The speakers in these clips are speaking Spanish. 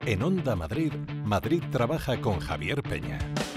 En Onda Madrid, Madrid trabaja con Javier Peña.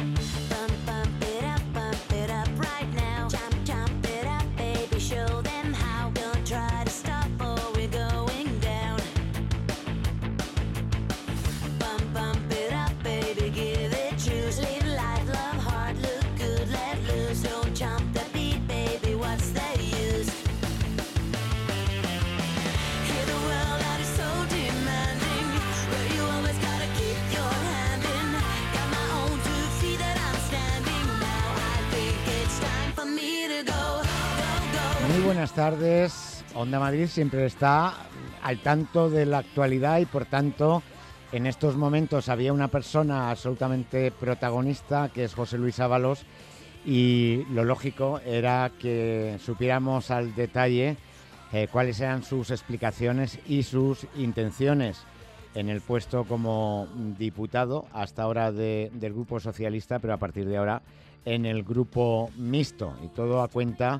Muy buenas tardes. Onda Madrid siempre está al tanto de la actualidad y, por tanto, en estos momentos había una persona absolutamente protagonista, que es José Luis Ábalos, y lo lógico era que supiéramos al detalle cuáles eran sus explicaciones y sus intenciones en el puesto como diputado, hasta ahora del Grupo Socialista, pero a partir de ahora en el Grupo Mixto, y todo a cuenta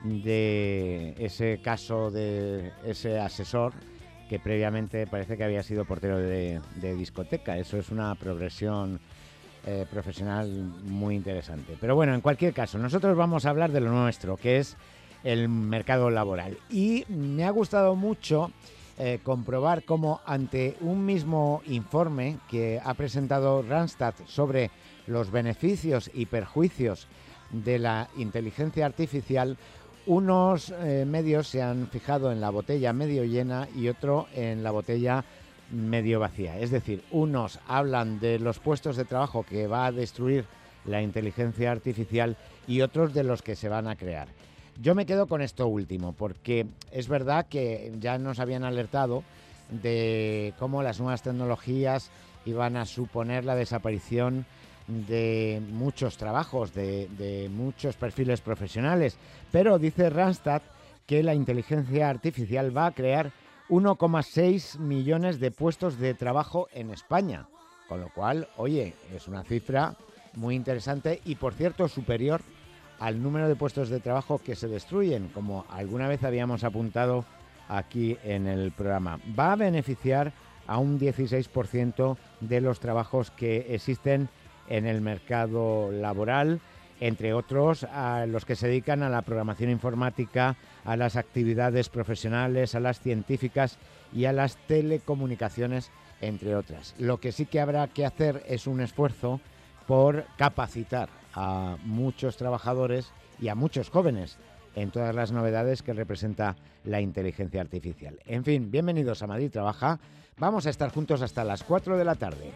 de ese caso de ese asesor que previamente parece que había sido portero de discoteca. Eso es una progresión profesional muy interesante. Pero bueno, en cualquier caso, nosotros vamos a hablar de lo nuestro, que es el mercado laboral. Y me ha gustado mucho comprobar cómo, ante un mismo informe que ha presentado Randstad sobre los beneficios y perjuicios de la inteligencia artificial, unos medios se han fijado en la botella medio llena y otro en la botella medio vacía. Es decir, unos hablan de los puestos de trabajo que va a destruir la inteligencia artificial y otros de los que se van a crear. Yo me quedo con esto último, porque es verdad que ya nos habían alertado de cómo las nuevas tecnologías iban a suponer la desaparición de muchos trabajos, de muchos perfiles profesionales, pero dice Randstad que la inteligencia artificial va a crear 1,6 millones de puestos de trabajo en España, con lo cual, oye, es una cifra muy interesante y, por cierto, superior al número de puestos de trabajo que se destruyen, como alguna vez habíamos apuntado aquí en el programa. Va a beneficiar a un 16% de los trabajos que existen en el mercado laboral, entre otros a los que se dedican a la programación informática, a las actividades profesionales, a las científicas y a las telecomunicaciones, entre otras. Lo que sí que habrá que hacer es un esfuerzo por capacitar a muchos trabajadores y a muchos jóvenes en todas las novedades que representa la inteligencia artificial. En fin, bienvenidos a Madrid Trabaja. Vamos a estar juntos hasta las 4 de la tarde.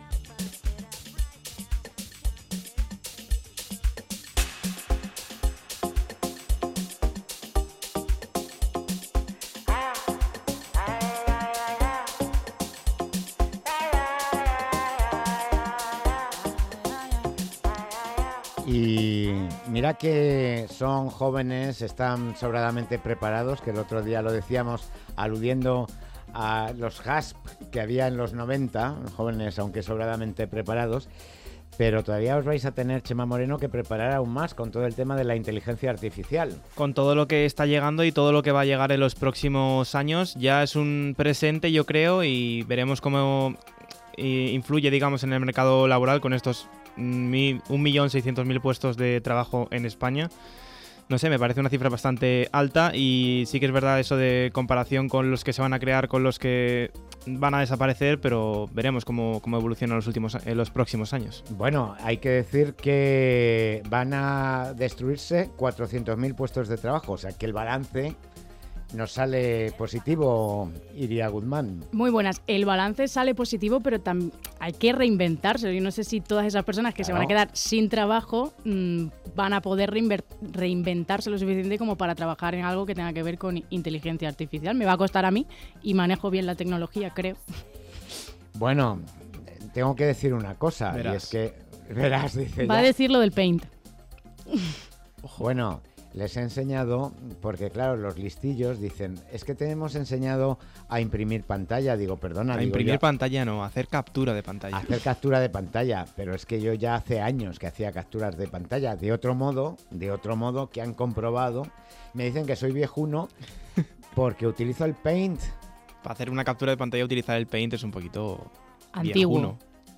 Y mira que son jóvenes, están sobradamente preparados, que el otro día lo decíamos aludiendo a los HASP que había en los 90, jóvenes aunque sobradamente preparados, pero todavía os vais a tener, Chema Moreno, que preparar aún más con todo el tema de la inteligencia artificial. Con todo lo que está llegando y todo lo que va a llegar en los próximos años, ya es un presente, yo creo, y veremos cómo influye, digamos, en el mercado laboral con estos 1.600.000 puestos de trabajo en España. No sé, me parece una cifra bastante alta y sí que es verdad eso de comparación con los que se van a crear, con los que van a desaparecer, pero veremos cómo evoluciona en los próximos años. Bueno, hay que decir que van a destruirse 400.000 puestos de trabajo, o sea que el balance nos sale positivo, Iria Guzmán. Muy buenas. El balance sale positivo, pero hay que reinventarse. Yo no sé si todas esas personas que se van a quedar sin trabajo van a poder reinventarse lo suficiente como para trabajar en algo que tenga que ver con inteligencia artificial. Me va a costar a mí y manejo bien la tecnología, creo. Bueno, tengo que decir una cosa, y es que verás, dice va a decir lo del Paint. Bueno, les he enseñado, porque claro, los listillos dicen, es que te hemos enseñado a imprimir pantalla. Digo, perdona. A imprimir pantalla no, a hacer captura de pantalla. Hacer captura de pantalla, pero es que yo ya hace años que hacía capturas de pantalla de otro modo, que han comprobado. Me dicen que soy viejuno porque utilizo el Paint. Para hacer una captura de pantalla utilizar el Paint es un poquito Antiguo. viejuno,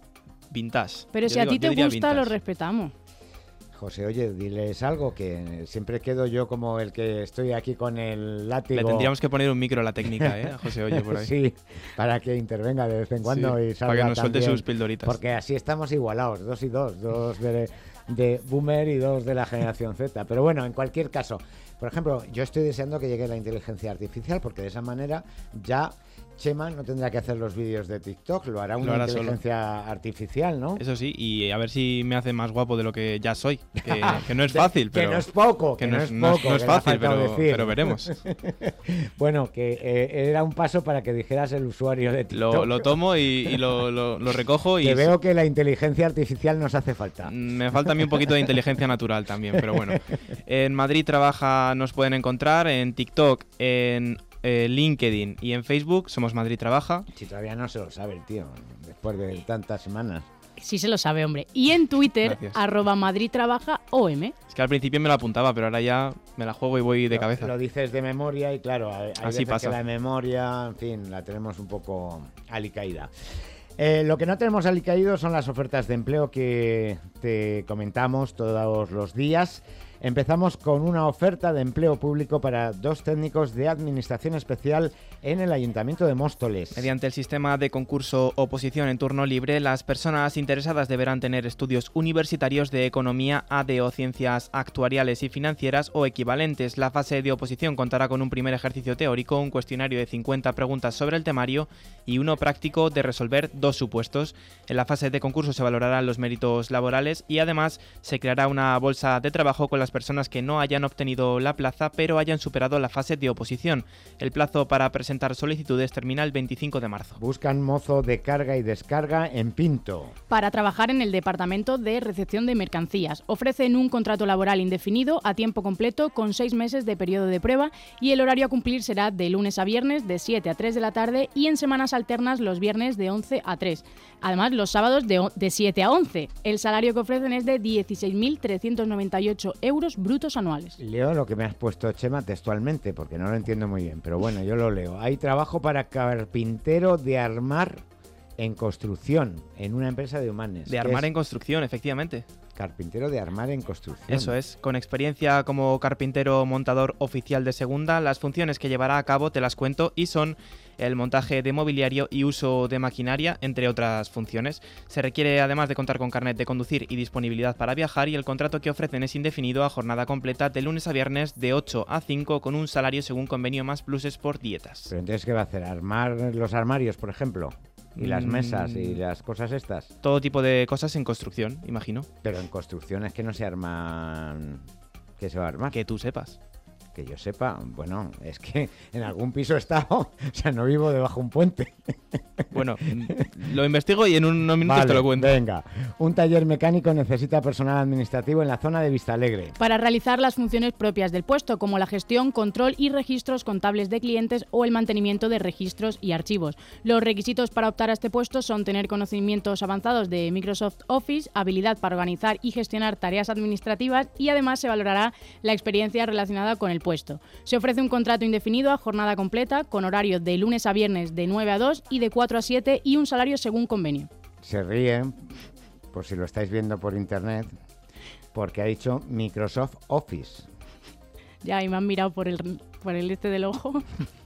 vintage. Pero Yo si a digo- ti yo te diría gusta, lo vintage. respetamos. José, oye, diles algo, que siempre quedo yo como el que estoy aquí con el látigo. Le tendríamos que poner un micro a la técnica, a José Oye, por ahí. Sí, para que intervenga de vez en cuando Sí, y salga para que nos suelte también, sus pildoritas. porque así estamos igualados, 2 y 2, 2 de boomer y 2 de la generación Z. Pero bueno, en cualquier caso, por ejemplo, yo estoy deseando que llegue la inteligencia artificial, porque de esa manera ya Chema no tendrá que hacer los vídeos de TikTok, lo hará una Lo hará solo. inteligencia artificial, ¿no? Eso sí, y a ver si me hace más guapo de lo que ya soy. Que no es fácil, pero... Que no es poco, que que no no es es no es- poco, no es que le ha fácil, faltado decir. pero veremos. Bueno, que era un paso para que dijeras el usuario de TikTok. Lo tomo y lo recojo y Que veo que la inteligencia artificial nos hace falta. me falta a mí un poquito de inteligencia natural también, pero bueno. En Madrid Trabaja nos pueden encontrar, en TikTok, en LinkedIn y en Facebook somos Madrid Trabaja. Si todavía no se lo sabe el tío, después de tantas semanas. Sí se lo sabe, hombre. Y en Twitter, Gracias. @MadridTrabajaOM. Es que al principio me lo apuntaba, pero ahora ya me la juego y voy de cabeza. Lo dices de memoria y claro, hay Así veces pasa. que la memoria, en fin, la tenemos un poco alicaída. Lo que no tenemos alicaído son las ofertas de empleo que te comentamos todos los días. Empezamos con una oferta de empleo público para 2 técnicos de administración especial en el Ayuntamiento de Móstoles. Mediante el sistema de concurso oposición en turno libre, las personas interesadas deberán tener estudios universitarios de economía, ADE o ciencias actuariales y financieras o equivalentes. La fase de oposición contará con un primer ejercicio teórico, un cuestionario de 50 preguntas sobre el temario y uno práctico de resolver 2 supuestos. En la fase de concurso se valorarán los méritos laborales y además se creará una bolsa de trabajo con las personas que no hayan obtenido la plaza pero hayan superado la fase de oposición. El plazo para presentar solicitudes termina el 25 de marzo. Buscan mozo de carga y descarga en Pinto. Para trabajar en el Departamento de Recepción de Mercancías. Ofrecen un contrato laboral indefinido a tiempo completo con 6 meses de periodo de prueba y el horario a cumplir será de lunes a viernes de 7 a 3 de la tarde y en semanas alternas los viernes de 11 a 3. Además, los sábados de 7 a 11. El salario que ofrecen es de 16.398 euros brutos anuales. Leo lo que me has puesto, Chema, textualmente, porque no lo entiendo muy bien, pero bueno, yo lo leo. Hay trabajo para carpintero de armar en construcción, en una empresa de Humanes. De armar en construcción, efectivamente. Carpintero de armar en construcción. Eso es, con experiencia como carpintero montador oficial de segunda, las funciones que llevará a cabo te las cuento y son el montaje de mobiliario y uso de maquinaria, entre otras funciones. Se requiere además de contar con carnet de conducir y disponibilidad para viajar y el contrato que ofrecen es indefinido a jornada completa de lunes a viernes de 8 a 5 con un salario según convenio más pluses por dietas. Pero entonces, ¿qué va a hacer? ¿Armar los armarios, por ejemplo? ¿Y las mesas y las cosas estas? Todo tipo de cosas en construcción, imagino. Pero en construcciones que no se arman... ¿Qué se va a armar? Que tú sepas. Que yo sepa, bueno, es que en algún piso he estado, o sea, no vivo debajo de un puente. Bueno, lo investigo y en unos minutos te lo cuento. Venga, un taller mecánico necesita personal administrativo en la zona de Vistalegre. Para realizar las funciones propias del puesto, como la gestión, control y registros contables de clientes o el mantenimiento de registros y archivos. Los requisitos para optar a este puesto son tener conocimientos avanzados de Microsoft Office, habilidad para organizar y gestionar tareas administrativas y además se valorará la experiencia relacionada con el puesto. Se ofrece un contrato indefinido a jornada completa con horario de lunes a viernes de 9 a 2 y de 4 a 7 y un salario según convenio. Se ríen, por si lo estáis viendo por internet, porque ha dicho Microsoft Office. Ya, y me han mirado por el este del ojo.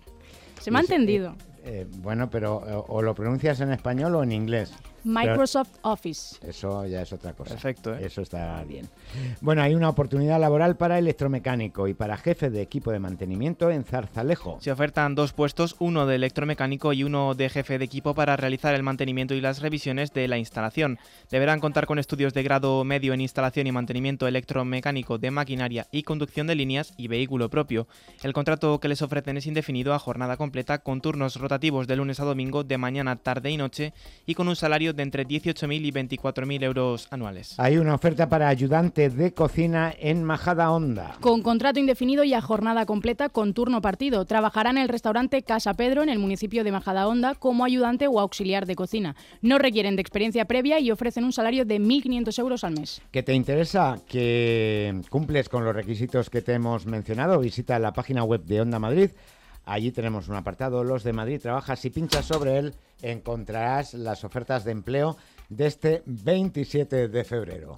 Se me ha entendido. Bueno, pero o lo pronuncias en español o en inglés. Microsoft Office. Eso ya es otra cosa. Perfecto, ¿eh? Eso está bien. Bueno, hay una oportunidad laboral para electromecánico y para jefe de equipo de mantenimiento en Zarzalejo. Se ofertan 2 puestos, uno de electromecánico y uno de jefe de equipo para realizar el mantenimiento y las revisiones de la instalación. Deberán contar con estudios de grado medio en instalación y mantenimiento electromecánico de maquinaria y conducción de líneas y vehículo propio. El contrato que les ofrecen es indefinido a jornada completa con turnos rotativos de lunes a domingo de mañana, tarde y noche y con un salario de entre 18.000 y 24.000 euros anuales. Hay una oferta para ayudante de cocina en Majadahonda. Con contrato indefinido y a jornada completa con turno partido. Trabajará en el restaurante Casa Pedro en el municipio de Majadahonda como ayudante o auxiliar de cocina. No requieren de experiencia previa y ofrecen un salario de 1.500 euros al mes. ¿Que te interesa? ¿Que cumples con los requisitos que te hemos mencionado? Visita la página web de Onda Madrid. Allí tenemos un apartado, Los de Madrid Trabaja. Si pinchas sobre él, encontrarás las ofertas de empleo de este 27 de febrero.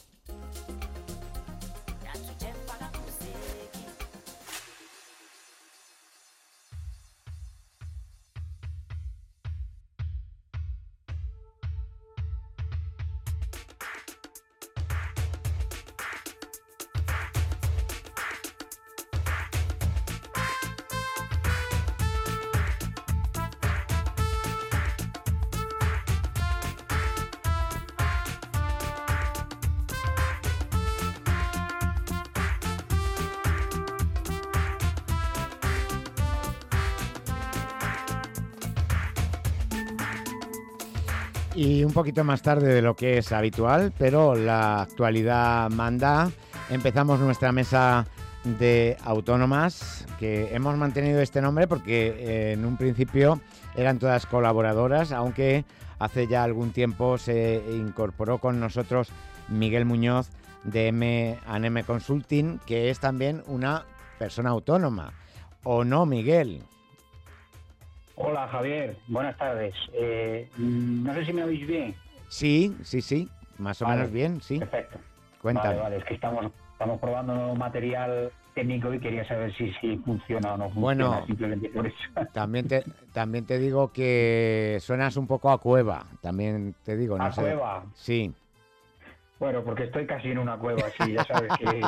Y un poquito más tarde de lo que es habitual, pero la actualidad manda, empezamos nuestra mesa de autónomas, que hemos mantenido este nombre porque en un principio eran todas colaboradoras, aunque hace ya algún tiempo se incorporó con nosotros Miguel Muñoz de M&M Consulting, que es también una persona autónoma. ¿O no, Miguel? Hola Javier, buenas tardes. No sé si me oís bien. Sí, más o menos bien, sí. Perfecto. Cuéntame. Vale, es que estamos probando material técnico y quería saber si funciona o no funciona, bueno, simplemente por eso. También te digo que suenas un poco a cueva, también te digo. No sé. ¿Cueva? Sí. Bueno, porque estoy casi en una cueva, sí, ya sabes que...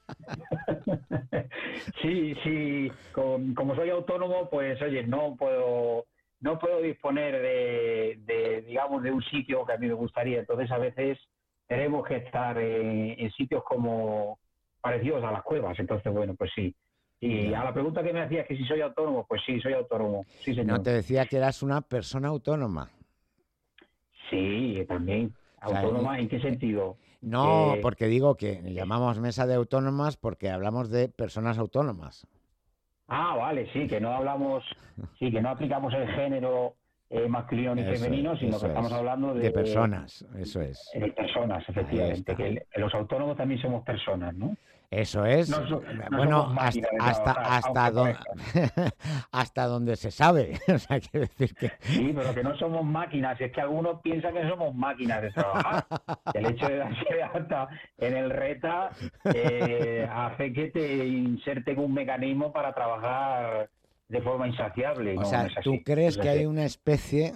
Sí, como soy autónomo, pues oye, no puedo disponer digamos, de un sitio que a mí me gustaría. Entonces a veces tenemos que estar en sitios como parecidos a las cuevas. Entonces, bueno, pues sí. Y a la pregunta que me hacías, que si soy autónomo, pues sí, soy autónomo. Sí, señor. No, te decía que eras una persona autónoma. Sí, también. ¿Autónoma? O sea, ¿en qué sentido? No, porque digo que llamamos mesa de autónomas porque hablamos de personas autónomas. Ah, vale, sí, que no aplicamos el género masculino ni femenino, sino que estamos hablando de personas, eso es. De personas, efectivamente, que los autónomos también somos personas, ¿no? Eso es. No bueno, hasta donde se sabe. O sea, quiero decir que... Sí, pero que no somos máquinas. Es que algunos piensan que somos máquinas de trabajar. El hecho de darse de alta en el RETA hace que te inserten un mecanismo para trabajar de forma insaciable. O sea, ¿tú crees que hay una especie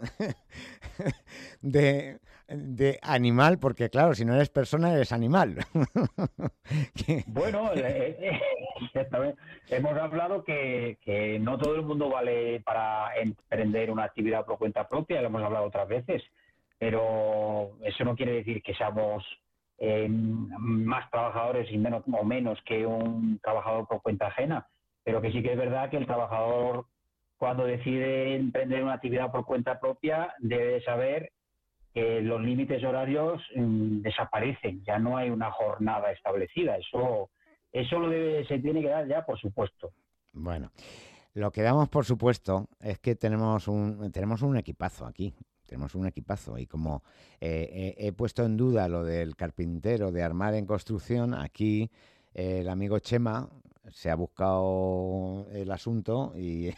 de animal? Porque claro, si no eres persona, eres animal. Bueno, hemos hablado que no todo el mundo vale para emprender una actividad por cuenta propia, lo hemos hablado otras veces, pero eso no quiere decir que seamos más trabajadores y menos que un trabajador por cuenta ajena. Pero que sí que es verdad que el trabajador, cuando decide emprender una actividad por cuenta propia, debe saber que los límites horarios desaparecen. Ya no hay una jornada establecida. Eso se tiene que dar ya, por supuesto. Bueno, lo que damos por supuesto es que tenemos un equipazo aquí. Tenemos un equipazo y como he puesto en duda lo del carpintero de armar en construcción, aquí el amigo Chema se ha buscado el asunto y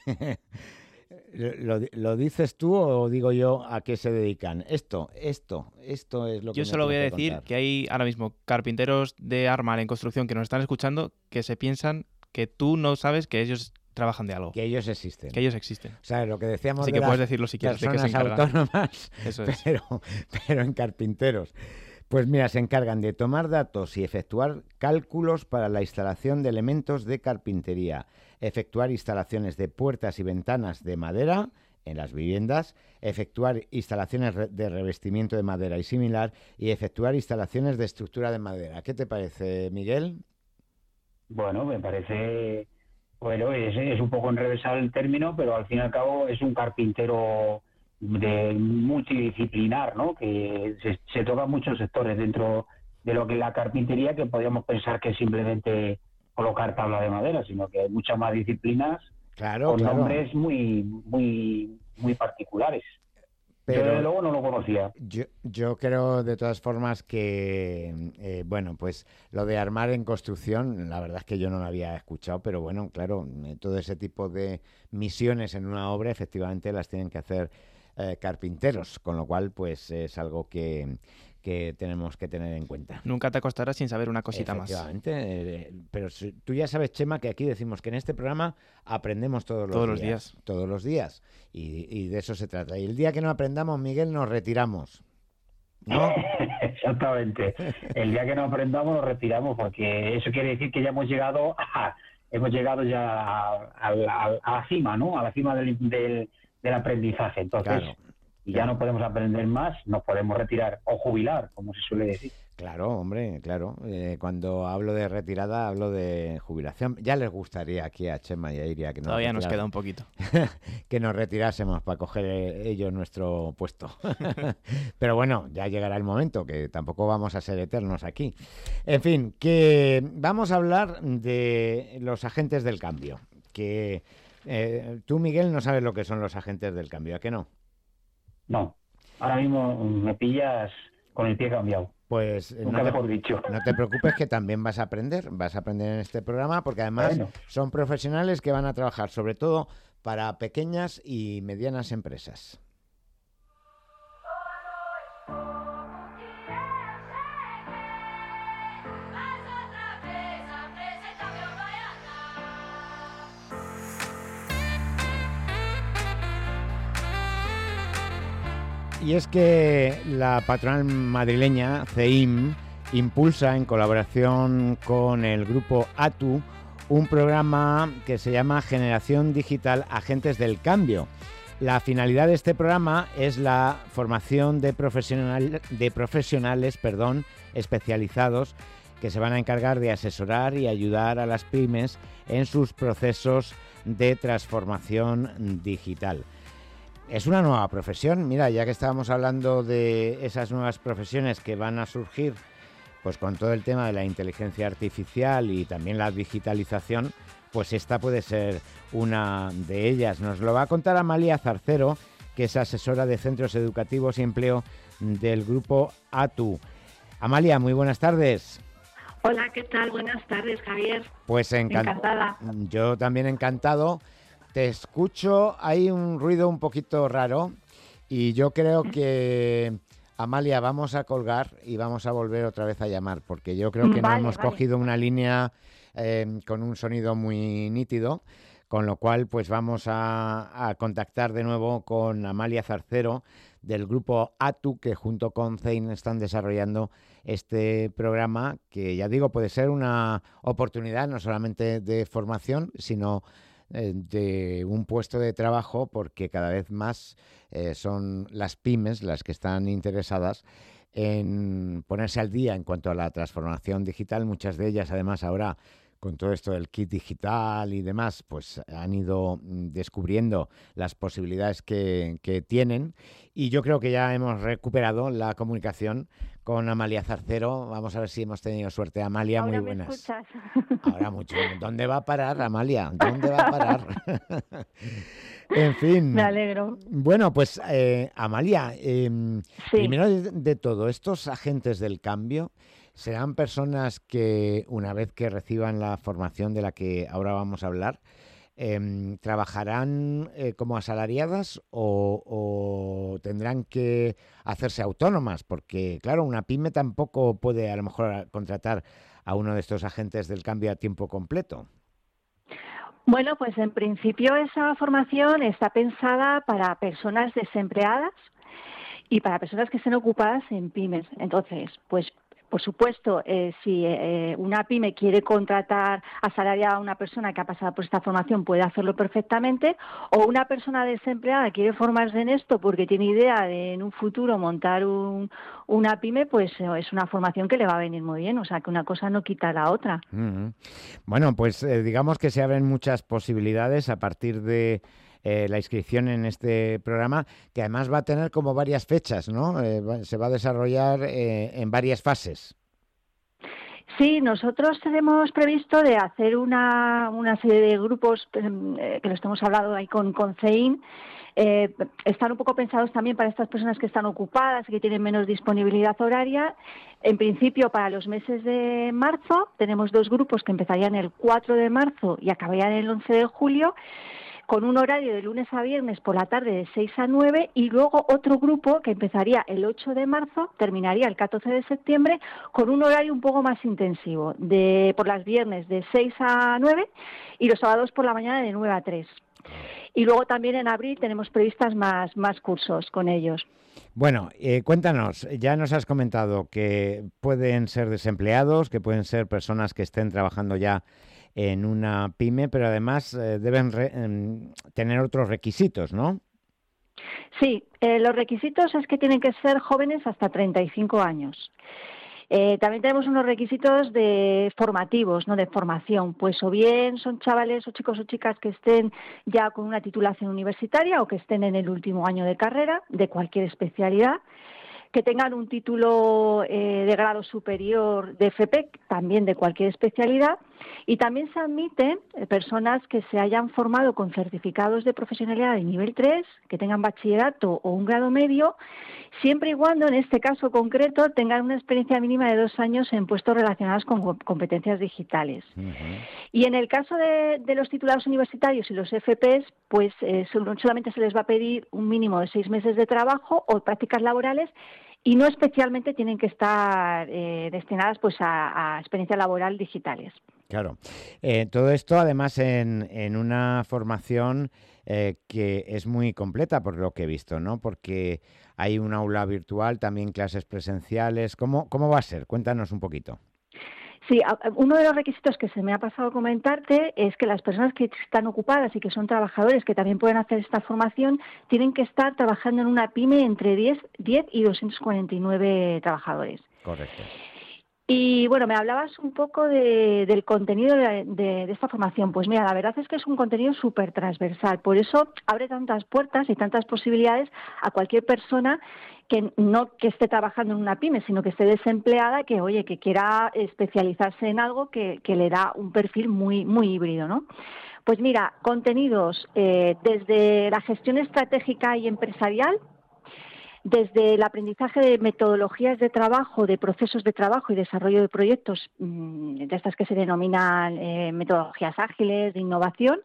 ¿lo dices tú o digo yo a qué se dedican? Esto es lo que yo solo voy a decir que hay ahora mismo carpinteros de armar en construcción que nos están escuchando que se piensan que tú no sabes que ellos trabajan de algo. Que ellos existen. O sea, lo que decíamos así de que puedes decirlo si quieres, personas de que se autónomas, eso es. pero en carpinteros. Pues mira, se encargan de tomar datos y efectuar cálculos para la instalación de elementos de carpintería, efectuar instalaciones de puertas y ventanas de madera en las viviendas, efectuar instalaciones de revestimiento de madera y similar, y efectuar instalaciones de estructura de madera. ¿Qué te parece, Miguel? Bueno, me parece... Bueno, es un poco enrevesado el término, pero al fin y al cabo es un carpintero multidisciplinar, ¿no? Que se tocan muchos sectores dentro de lo que es la carpintería, que podríamos pensar que es simplemente colocar tabla de madera, sino que hay muchas más disciplinas con nombres muy particulares. Pero yo desde luego no lo conocía. Yo creo de todas formas que, bueno, pues lo de armar en construcción, la verdad es que yo no lo había escuchado, pero bueno, claro, todo ese tipo de misiones en una obra efectivamente las tienen que hacer carpinteros, con lo cual pues es algo que tenemos que tener en cuenta. Nunca te acostarás sin saber una cosita más. Efectivamente, pero tú ya sabes, Chema, que aquí decimos que en este programa aprendemos todos los días. Todos los días. Y de eso se trata. Y el día que no aprendamos, Miguel, nos retiramos. ¿No? Exactamente. El día que no aprendamos nos retiramos, porque eso quiere decir que ya hemos llegado ya a la cima, ¿no? A la cima del aprendizaje. Entonces, Claro. y ya no podemos aprender más, nos podemos retirar o jubilar, como se suele decir. Claro, hombre, claro. Cuando hablo de retirada, hablo de jubilación. Ya les gustaría aquí a Chema y a Iria que Todavía nos queda un poquito. que nos retirásemos para coger ellos nuestro puesto. Pero bueno, ya llegará el momento, que tampoco vamos a ser eternos aquí. En fin, que vamos a hablar de los agentes del cambio. Que tú, Miguel, no sabes lo que son los agentes del cambio, ¿a qué no? No, ahora mismo me pillas con el pie cambiado. Pues Nunca mejor dicho. No te preocupes, que también vas a aprender en este programa, porque además son profesionales que van a trabajar sobre todo para pequeñas y medianas empresas. Y es que la patronal madrileña, CEIM, impulsa en colaboración con el grupo ATU un programa que se llama Generación Digital Agentes del Cambio. La finalidad de este programa es la formación de profesionales especializados que se van a encargar de asesorar y ayudar a las pymes en sus procesos de transformación digital. Es una nueva profesión. Mira, ya que estábamos hablando de esas nuevas profesiones que van a surgir pues con todo el tema de la inteligencia artificial y también la digitalización, pues esta puede ser una de ellas. Nos lo va a contar Amalia Zarcero, que es asesora de centros educativos y empleo del grupo ATU. Amalia, muy buenas tardes. Hola, ¿qué tal? Buenas tardes, Javier. Pues encantada. Yo también encantado. Te escucho, hay un ruido un poquito raro y yo creo que, Amalia, vamos a colgar y vamos a volver otra vez a llamar, porque yo creo que no hemos cogido una línea con un sonido muy nítido, con lo cual pues vamos a contactar de nuevo con Amalia Zarcero del grupo ATU, que junto con CEIM están desarrollando este programa, que ya digo puede ser una oportunidad no solamente de formación, sino de un puesto de trabajo, porque cada vez más son las pymes las que están interesadas en ponerse al día en cuanto a la transformación digital. Muchas de ellas, además, ahora con todo esto del kit digital y demás, pues han ido descubriendo las posibilidades que tienen. Y yo creo que ya hemos recuperado la comunicación con Amalia Zarcero. Vamos a ver si hemos tenido suerte. Amalia, ahora muy buenas. ¿Me escuchas? Ahora mucho. ¿Dónde va a parar, Amalia? ¿Dónde va a parar? En fin. Me alegro. Bueno, pues Amalia, Sí. primero de todo, estos agentes del cambio serán personas que una vez que reciban la formación de la que ahora vamos a hablar, ¿trabajarán como asalariadas o tendrán que hacerse autónomas? Porque, claro, una pyme tampoco puede a lo mejor contratar a uno de estos agentes del cambio a tiempo completo. Bueno, pues en principio esa formación está pensada para personas desempleadas y para personas que estén ocupadas en pymes. Entonces, pues por supuesto, si una pyme quiere contratar asalariada a una persona que ha pasado por esta formación, puede hacerlo perfectamente, o una persona desempleada quiere formarse en esto porque tiene idea de en un futuro montar una pyme, pues es una formación que le va a venir muy bien, o sea que una cosa no quita la otra. Mm-hmm. Bueno, pues digamos que se abren muchas posibilidades a partir de la inscripción en este programa, que además va a tener como varias fechas, ¿no? Se va a desarrollar en varias fases. Sí, nosotros tenemos previsto de hacer una serie de grupos que lo estamos hablando ahí con CEIM, Están un poco pensados también para estas personas que están ocupadas y que tienen menos disponibilidad horaria. En principio, para los meses de marzo, tenemos 2 grupos que empezarían el 4 de marzo y acabarían el 11 de julio, con un horario de lunes a viernes por la tarde de 6 a 9, y luego otro grupo que empezaría el 8 de marzo, terminaría el 14 de septiembre, con un horario un poco más intensivo, por las viernes de 6 a 9 y los sábados por la mañana de 9 a 3. Y luego también en abril tenemos previstas más cursos con ellos. Bueno, cuéntanos, ya nos has comentado que pueden ser desempleados, que pueden ser personas que estén trabajando ya en una pyme, pero además deben tener otros requisitos, ¿no? Sí, los requisitos es que tienen que ser jóvenes hasta 35 años. También tenemos unos requisitos formativos, ¿no? De formación, pues o bien son chavales o chicos o chicas que estén ya con una titulación universitaria o que estén en el último año de carrera de cualquier especialidad, que tengan un título de grado superior de FP, también de cualquier especialidad, y también se admiten personas que se hayan formado con certificados de profesionalidad de nivel 3, que tengan bachillerato o un grado medio, siempre y cuando, en este caso concreto, tengan una experiencia mínima de 2 años en puestos relacionados con competencias digitales. Uh-huh. Y en el caso de los titulados universitarios y los FPs, pues solamente se les va a pedir un mínimo de 6 meses de trabajo o prácticas laborales, y no especialmente tienen que estar destinadas pues a experiencia laboral digitales. Claro. Todo esto además en una formación que es muy completa por lo que he visto, ¿no? Porque hay un aula virtual, también clases presenciales. ¿Cómo va a ser? Cuéntanos un poquito. Sí, uno de los requisitos que se me ha pasado a comentarte es que las personas que están ocupadas y que son trabajadores que también pueden hacer esta formación tienen que estar trabajando en una pyme entre 10 y 249 trabajadores. Correcto. Y bueno, me hablabas un poco del contenido de esta formación. Pues mira, la verdad es que es un contenido súper transversal. Por eso abre tantas puertas y tantas posibilidades a cualquier persona que no que esté trabajando en una pyme, sino que esté desempleada, que quiera especializarse en algo que le da un perfil muy, muy híbrido, ¿no? Pues mira, contenidos desde la gestión estratégica y empresarial, desde el aprendizaje de metodologías de trabajo, de procesos de trabajo y desarrollo de proyectos, de estas que se denominan metodologías ágiles, de innovación,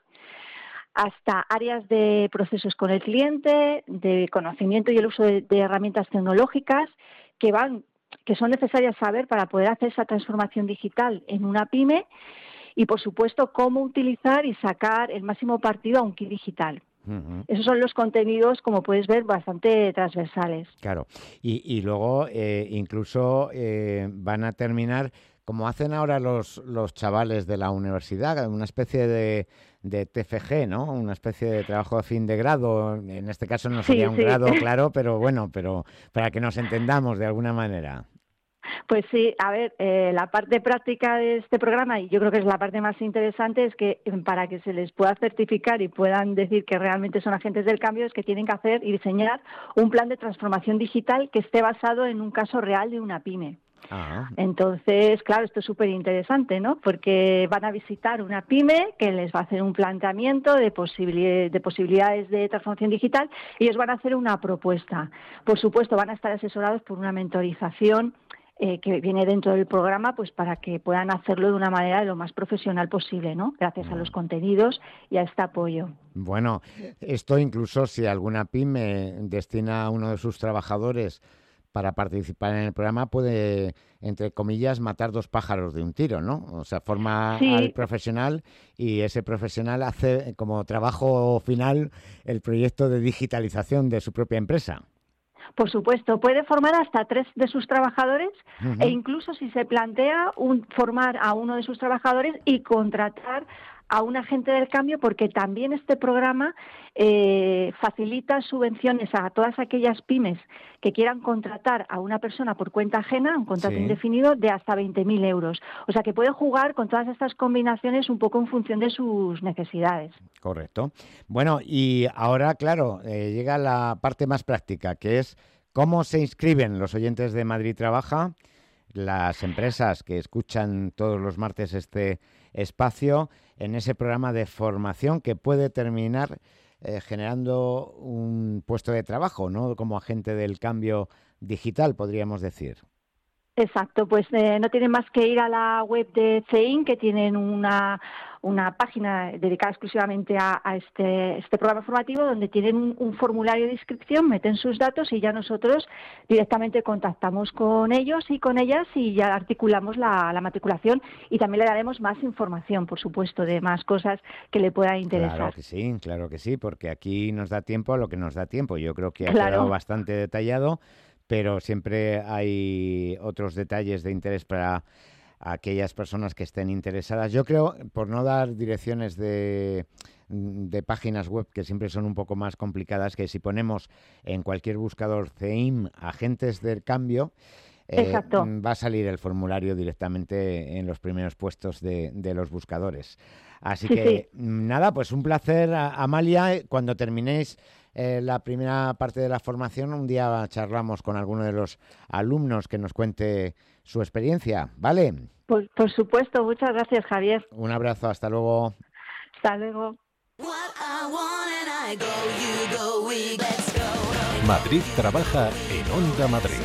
hasta áreas de procesos con el cliente, de conocimiento y el uso de herramientas tecnológicas que son necesarias saber para poder hacer esa transformación digital en una pyme, y por supuesto cómo utilizar y sacar el máximo partido a un kit digital. Uh-huh. Esos son los contenidos, como puedes ver, bastante transversales. Claro, y luego incluso van a terminar, como hacen ahora los chavales de la universidad, una especie de TFG, ¿no? Una especie de trabajo de fin de grado. En este caso no sería un grado, claro, pero bueno, pero para que nos entendamos de alguna manera. Pues sí, a ver, la parte práctica de este programa, y yo creo que es la parte más interesante, es que para que se les pueda certificar y puedan decir que realmente son agentes del cambio, es que tienen que hacer y diseñar un plan de transformación digital que esté basado en un caso real de una pyme. Ajá. Entonces, claro, esto es súper interesante, ¿no? Porque van a visitar una pyme que les va a hacer un planteamiento de posibilidades de transformación digital, y ellos van a hacer una propuesta. Por supuesto, van a estar asesorados por una mentorización que viene dentro del programa, pues para que puedan hacerlo de una manera lo más profesional posible, ¿no? Gracias a los contenidos y a este apoyo. Bueno, esto incluso si alguna pyme destina a uno de sus trabajadores para participar en el programa, puede, entre comillas, matar 2 pájaros de un tiro, ¿no? O sea, forma al profesional, y ese profesional hace como trabajo final el proyecto de digitalización de su propia empresa. Por supuesto, puede formar hasta 3 de sus trabajadores, uh-huh, e incluso si se plantea formar a uno de sus trabajadores y contratar a un agente del cambio, porque también este programa facilita subvenciones a todas aquellas pymes que quieran contratar a una persona por cuenta ajena, un contrato indefinido de hasta 20.000 euros. O sea que puede jugar con todas estas combinaciones un poco en función de sus necesidades. Correcto. Bueno, y ahora, claro, llega la parte más práctica, que es cómo se inscriben los oyentes de Madrid Trabaja, las empresas que escuchan todos los martes este espacio, en ese programa de formación que puede terminar generando un puesto de trabajo, ¿no? Como agente del cambio digital, podríamos decir. Exacto, pues no tienen más que ir a la web de CEIN, que tienen una página dedicada exclusivamente a este programa formativo, donde tienen un formulario de inscripción, meten sus datos y ya nosotros directamente contactamos con ellos y con ellas y ya articulamos la matriculación, y también le daremos más información, por supuesto, de más cosas que le puedan interesar. Claro que sí, porque aquí nos da tiempo a lo que nos da tiempo. Yo creo que ha Claro. quedado bastante detallado, pero siempre hay otros detalles de interés para aquellas personas que estén interesadas. Yo creo, por no dar direcciones de páginas web que siempre son un poco más complicadas, que si ponemos en cualquier buscador CEIM agentes del cambio, va a salir el formulario directamente en los primeros puestos de los buscadores. Así que nada, pues un placer, Amalia. Cuando terminéis la primera parte de la formación, un día charlamos con alguno de los alumnos que nos cuente su experiencia, ¿vale? Pues, por supuesto, muchas gracias, Javier. Un abrazo, hasta luego. Hasta luego. Madrid trabaja en Onda Madrid.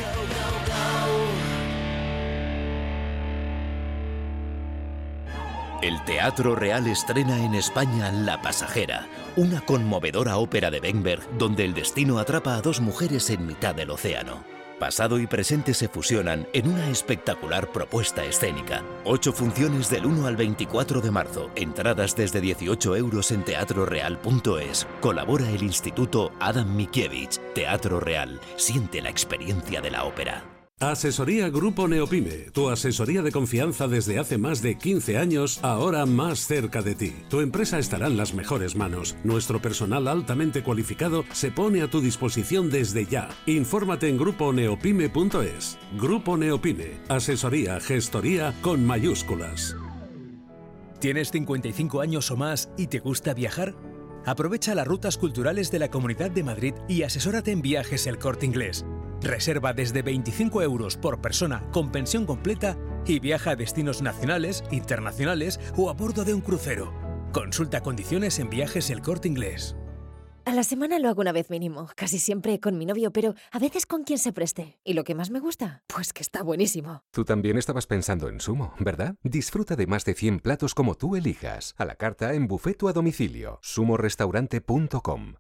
El Teatro Real estrena en España La Pasajera, una conmovedora ópera de Wengberg donde el destino atrapa a dos mujeres en mitad del océano. Pasado y presente se fusionan en una espectacular propuesta escénica. 8 funciones del 1 al 24 de marzo. Entradas desde 18 € en teatroreal.es. Colabora el Instituto Adam Mickiewicz. Teatro Real. Siente la experiencia de la ópera. Asesoría Grupo Neopime, tu asesoría de confianza desde hace más de 15 años, ahora más cerca de ti. Tu empresa estará en las mejores manos. Nuestro personal altamente cualificado se pone a tu disposición desde ya. Infórmate en gruponeopime.es. Grupo Neopime, asesoría, gestoría con mayúsculas. ¿Tienes 55 años o más y te gusta viajar? Aprovecha las rutas culturales de la Comunidad de Madrid y asesórate en Viajes El Corte Inglés. Reserva desde 25 € por persona con pensión completa y viaja a destinos nacionales, internacionales o a bordo de un crucero. Consulta condiciones en Viajes El Corte Inglés. A la semana lo hago una vez mínimo, casi siempre con mi novio, pero a veces con quien se preste. ¿Y lo que más me gusta? Pues que está buenísimo. Tú también estabas pensando en Sumo, ¿verdad? Disfruta de más de 100 platos como tú elijas, a la carta en buffet o a domicilio. sumorestaurante.com.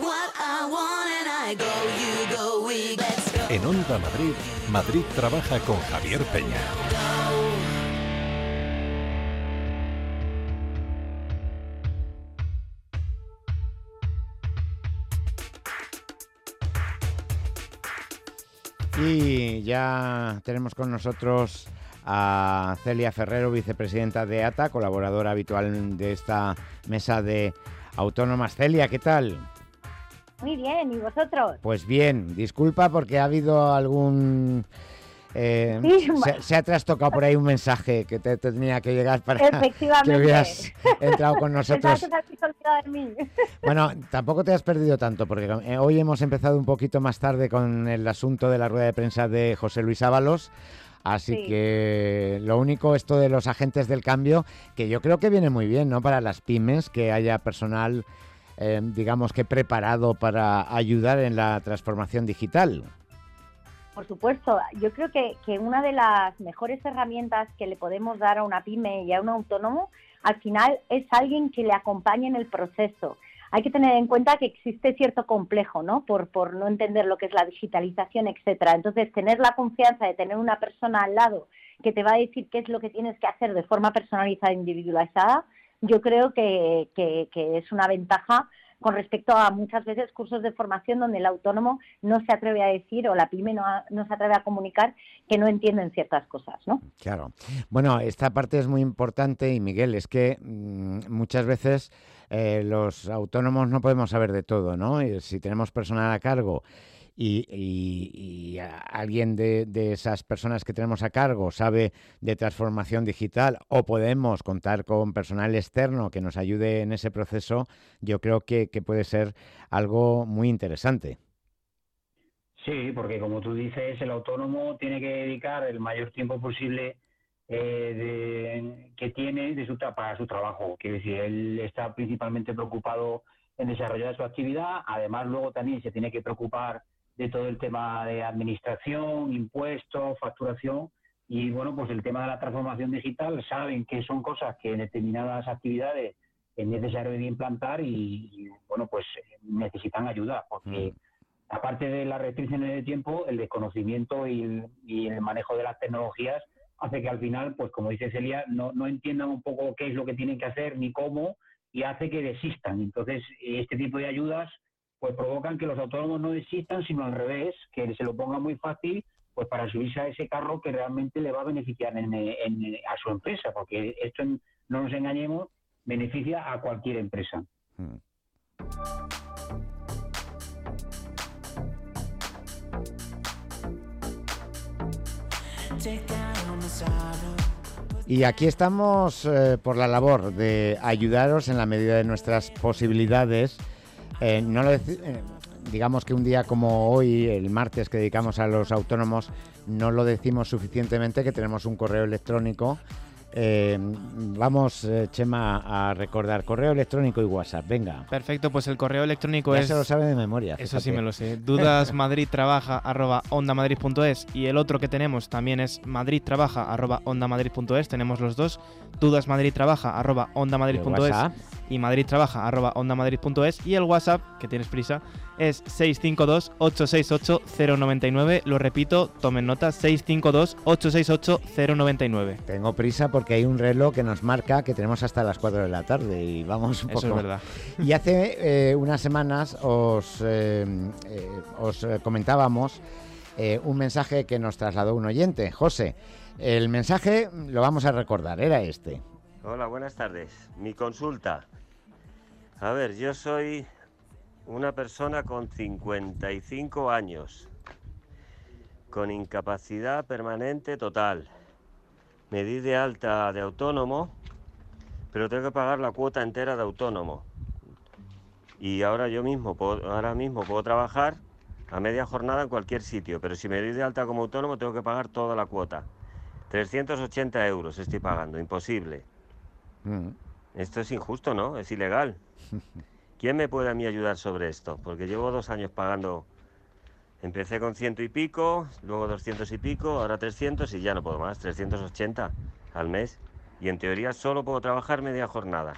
En Onda Madrid, Madrid trabaja con Javier Peña. Y ya tenemos con nosotros a Celia Ferrero, vicepresidenta de ATA, colaboradora habitual de esta mesa de autónomas. Celia, ¿qué tal? Muy bien, ¿y vosotros? Pues bien, disculpa porque ha habido algún... se ha trastocado por ahí un mensaje que te tenía que llegar para que hubieras entrado con nosotros. Que te has olvidado de mí. Bueno, tampoco te has perdido tanto, porque hoy hemos empezado un poquito más tarde con el asunto de la rueda de prensa de José Luis Ábalos. Así que lo único, esto de los agentes del cambio, que yo creo que viene muy bien, ¿no? Para las pymes, que haya personal... digamos que preparado para ayudar en la transformación digital. Por supuesto, yo creo que una de las mejores herramientas que le podemos dar a una pyme y a un autónomo, al final es alguien que le acompañe en el proceso. Hay que tener en cuenta que existe cierto complejo, ¿no? Por no entender lo que es la digitalización, etcétera. Entonces, tener la confianza de tener una persona al lado que te va a decir qué es lo que tienes que hacer de forma personalizada e individualizada, yo creo que es una ventaja con respecto a muchas veces cursos de formación donde el autónomo no se atreve a decir o la pyme no se atreve a comunicar que no entienden ciertas cosas, ¿no? Claro. Bueno, esta parte es muy importante y Miguel, es que muchas veces los autónomos no podemos saber de todo, ¿no? Y si tenemos personal a cargo y alguien de esas personas que tenemos a cargo sabe de transformación digital o podemos contar con personal externo que nos ayude en ese proceso, yo creo que puede ser algo muy interesante. Sí, porque como tú dices, el autónomo tiene que dedicar el mayor tiempo posible que tiene para su trabajo. Quiero decir, él está principalmente preocupado en desarrollar su actividad. Además, luego también se tiene que preocupar de todo el tema de administración, impuestos, facturación. Y bueno, pues el tema de la transformación digital, saben que son cosas que en determinadas actividades es necesario de implantar y bueno, pues necesitan ayuda, porque aparte de las restricciones de tiempo, el desconocimiento y el manejo de las tecnologías hace que al final, pues como dice Celia, no entiendan un poco qué es lo que tienen que hacer ni cómo, y hace que desistan. Entonces, este tipo de ayudas pues provocan que los autónomos no desistan, sino al revés, que se lo ponga muy fácil, pues para subirse a ese carro que realmente le va a beneficiar a su empresa, porque esto, no nos engañemos, beneficia a cualquier empresa. Y aquí estamos por la labor de ayudaros en la medida de nuestras posibilidades. Digamos que un día como hoy, el martes, que dedicamos a los autónomos, no lo decimos suficientemente, que tenemos un correo electrónico. Vamos, Chema, a recordar correo electrónico y WhatsApp. Venga. Perfecto, pues el correo electrónico ya se lo sabe de memoria. Eso sí me lo sé. dudasmadridtrabaja@ondamadrid.es, y el otro que tenemos también es madridtrabaja@ondamadrid.es. Tenemos los dos. dudasmadridtrabaja@ondamadrid.es y madridtrabaja@ondamadrid.es, y el WhatsApp, que tienes prisa, es 652-868-099. Lo repito, tomen nota, 652-868-099. Tengo prisa porque hay un reloj que nos marca que tenemos hasta las 4 de la tarde y vamos un poco. Eso es verdad. Y hace unas semanas os comentábamos un mensaje que nos trasladó un oyente, José. El mensaje lo vamos a recordar, era este. Hola, buenas tardes. Mi consulta. A ver, yo soy una persona con 55 años, con incapacidad permanente total. Me di de alta de autónomo, pero tengo que pagar la cuota entera de autónomo. Y ahora mismo puedo trabajar a media jornada en cualquier sitio, pero si me doy de alta como autónomo tengo que pagar toda la cuota. 380 euros estoy pagando, imposible. Esto es injusto, ¿no? Es ilegal. ¿Quién me puede a mí ayudar sobre esto? Porque llevo 2 años pagando. Empecé con 100 y pico, luego 200 y pico, ahora 300 y ya no puedo más, 380 al mes. Y en teoría solo puedo trabajar media jornada.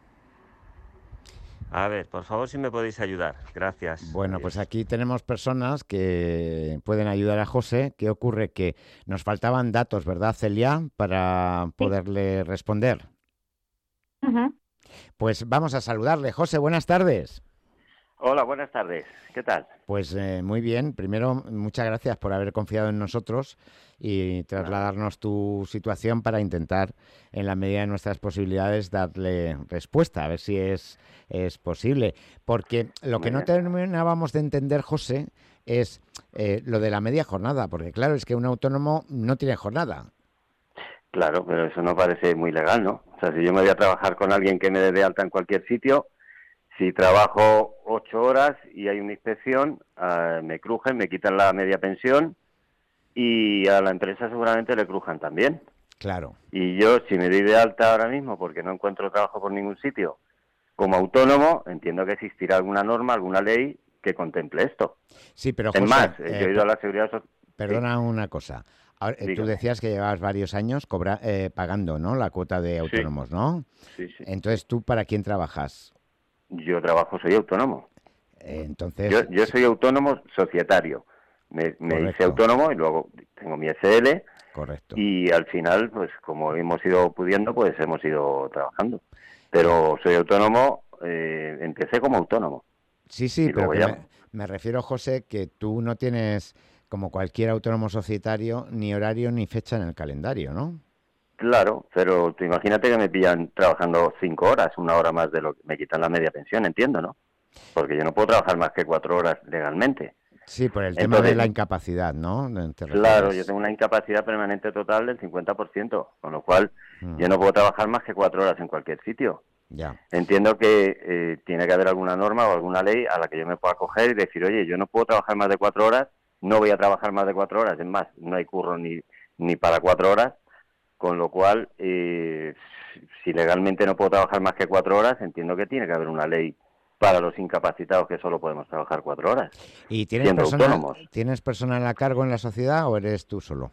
A ver, por favor, si me podéis ayudar. Gracias. Bueno, pues aquí tenemos personas que pueden ayudar a José. ¿Qué ocurre? Que nos faltaban datos, ¿verdad, Celia? Para poderle responder. Pues vamos a saludarle. José, buenas tardes. Hola, buenas tardes. ¿Qué tal? Pues muy bien. Primero, muchas gracias por haber confiado en nosotros y trasladarnos tu situación para intentar, en la medida de nuestras posibilidades, darle respuesta, a ver si es posible. Porque lo que no terminábamos de entender, José, es lo de la media jornada. Porque claro, es que un autónomo no tiene jornada. Claro, pero eso no parece muy legal, ¿no? O sea, si yo me voy a trabajar con alguien que me dé de alta en cualquier sitio, si trabajo 8 horas y hay una inspección, me crujen, me quitan la media pensión y a la empresa seguramente le crujan también. Claro. Y yo, si me doy de alta ahora mismo porque no encuentro trabajo por ningún sitio, como autónomo, entiendo que existirá alguna norma, alguna ley que contemple esto. Sí, pero José, es más, yo he ido a la Seguridad Social. Perdona una cosa. Ahora, tú decías que llevabas varios años pagando, ¿no?, la cuota de autónomos, ¿no? Sí. Entonces, ¿tú para quién trabajas? Yo soy autónomo. Entonces, yo soy autónomo societario. Me hice autónomo y luego tengo mi SL. Correcto. Y al final, pues como hemos ido pudiendo, pues hemos ido trabajando. Pero soy autónomo, empecé como autónomo. Sí, pero me refiero, José, que tú no tienes, como cualquier autónomo societario, ni horario ni fecha en el calendario, ¿no? Claro, pero tú imagínate que me pillan trabajando 5 horas, 1 hora más de lo que me quitan la media pensión, entiendo, ¿no? Porque yo no puedo trabajar más que 4 horas legalmente. Sí, por el tema de la incapacidad, ¿no? Claro, yo tengo una incapacidad permanente total del 50%, con lo cual yo no puedo trabajar más que 4 horas en cualquier sitio. Ya. Entiendo que tiene que haber alguna norma o alguna ley a la que yo me pueda acoger y decir, oye, yo no puedo trabajar más de 4 horas, no voy a trabajar más de 4 horas, es más, no hay curro ni para 4 horas, con lo cual, si legalmente no puedo trabajar más que 4 horas, entiendo que tiene que haber una ley para los incapacitados que solo podemos trabajar 4 horas. ¿Y tienes personal a cargo en la sociedad o eres tú solo?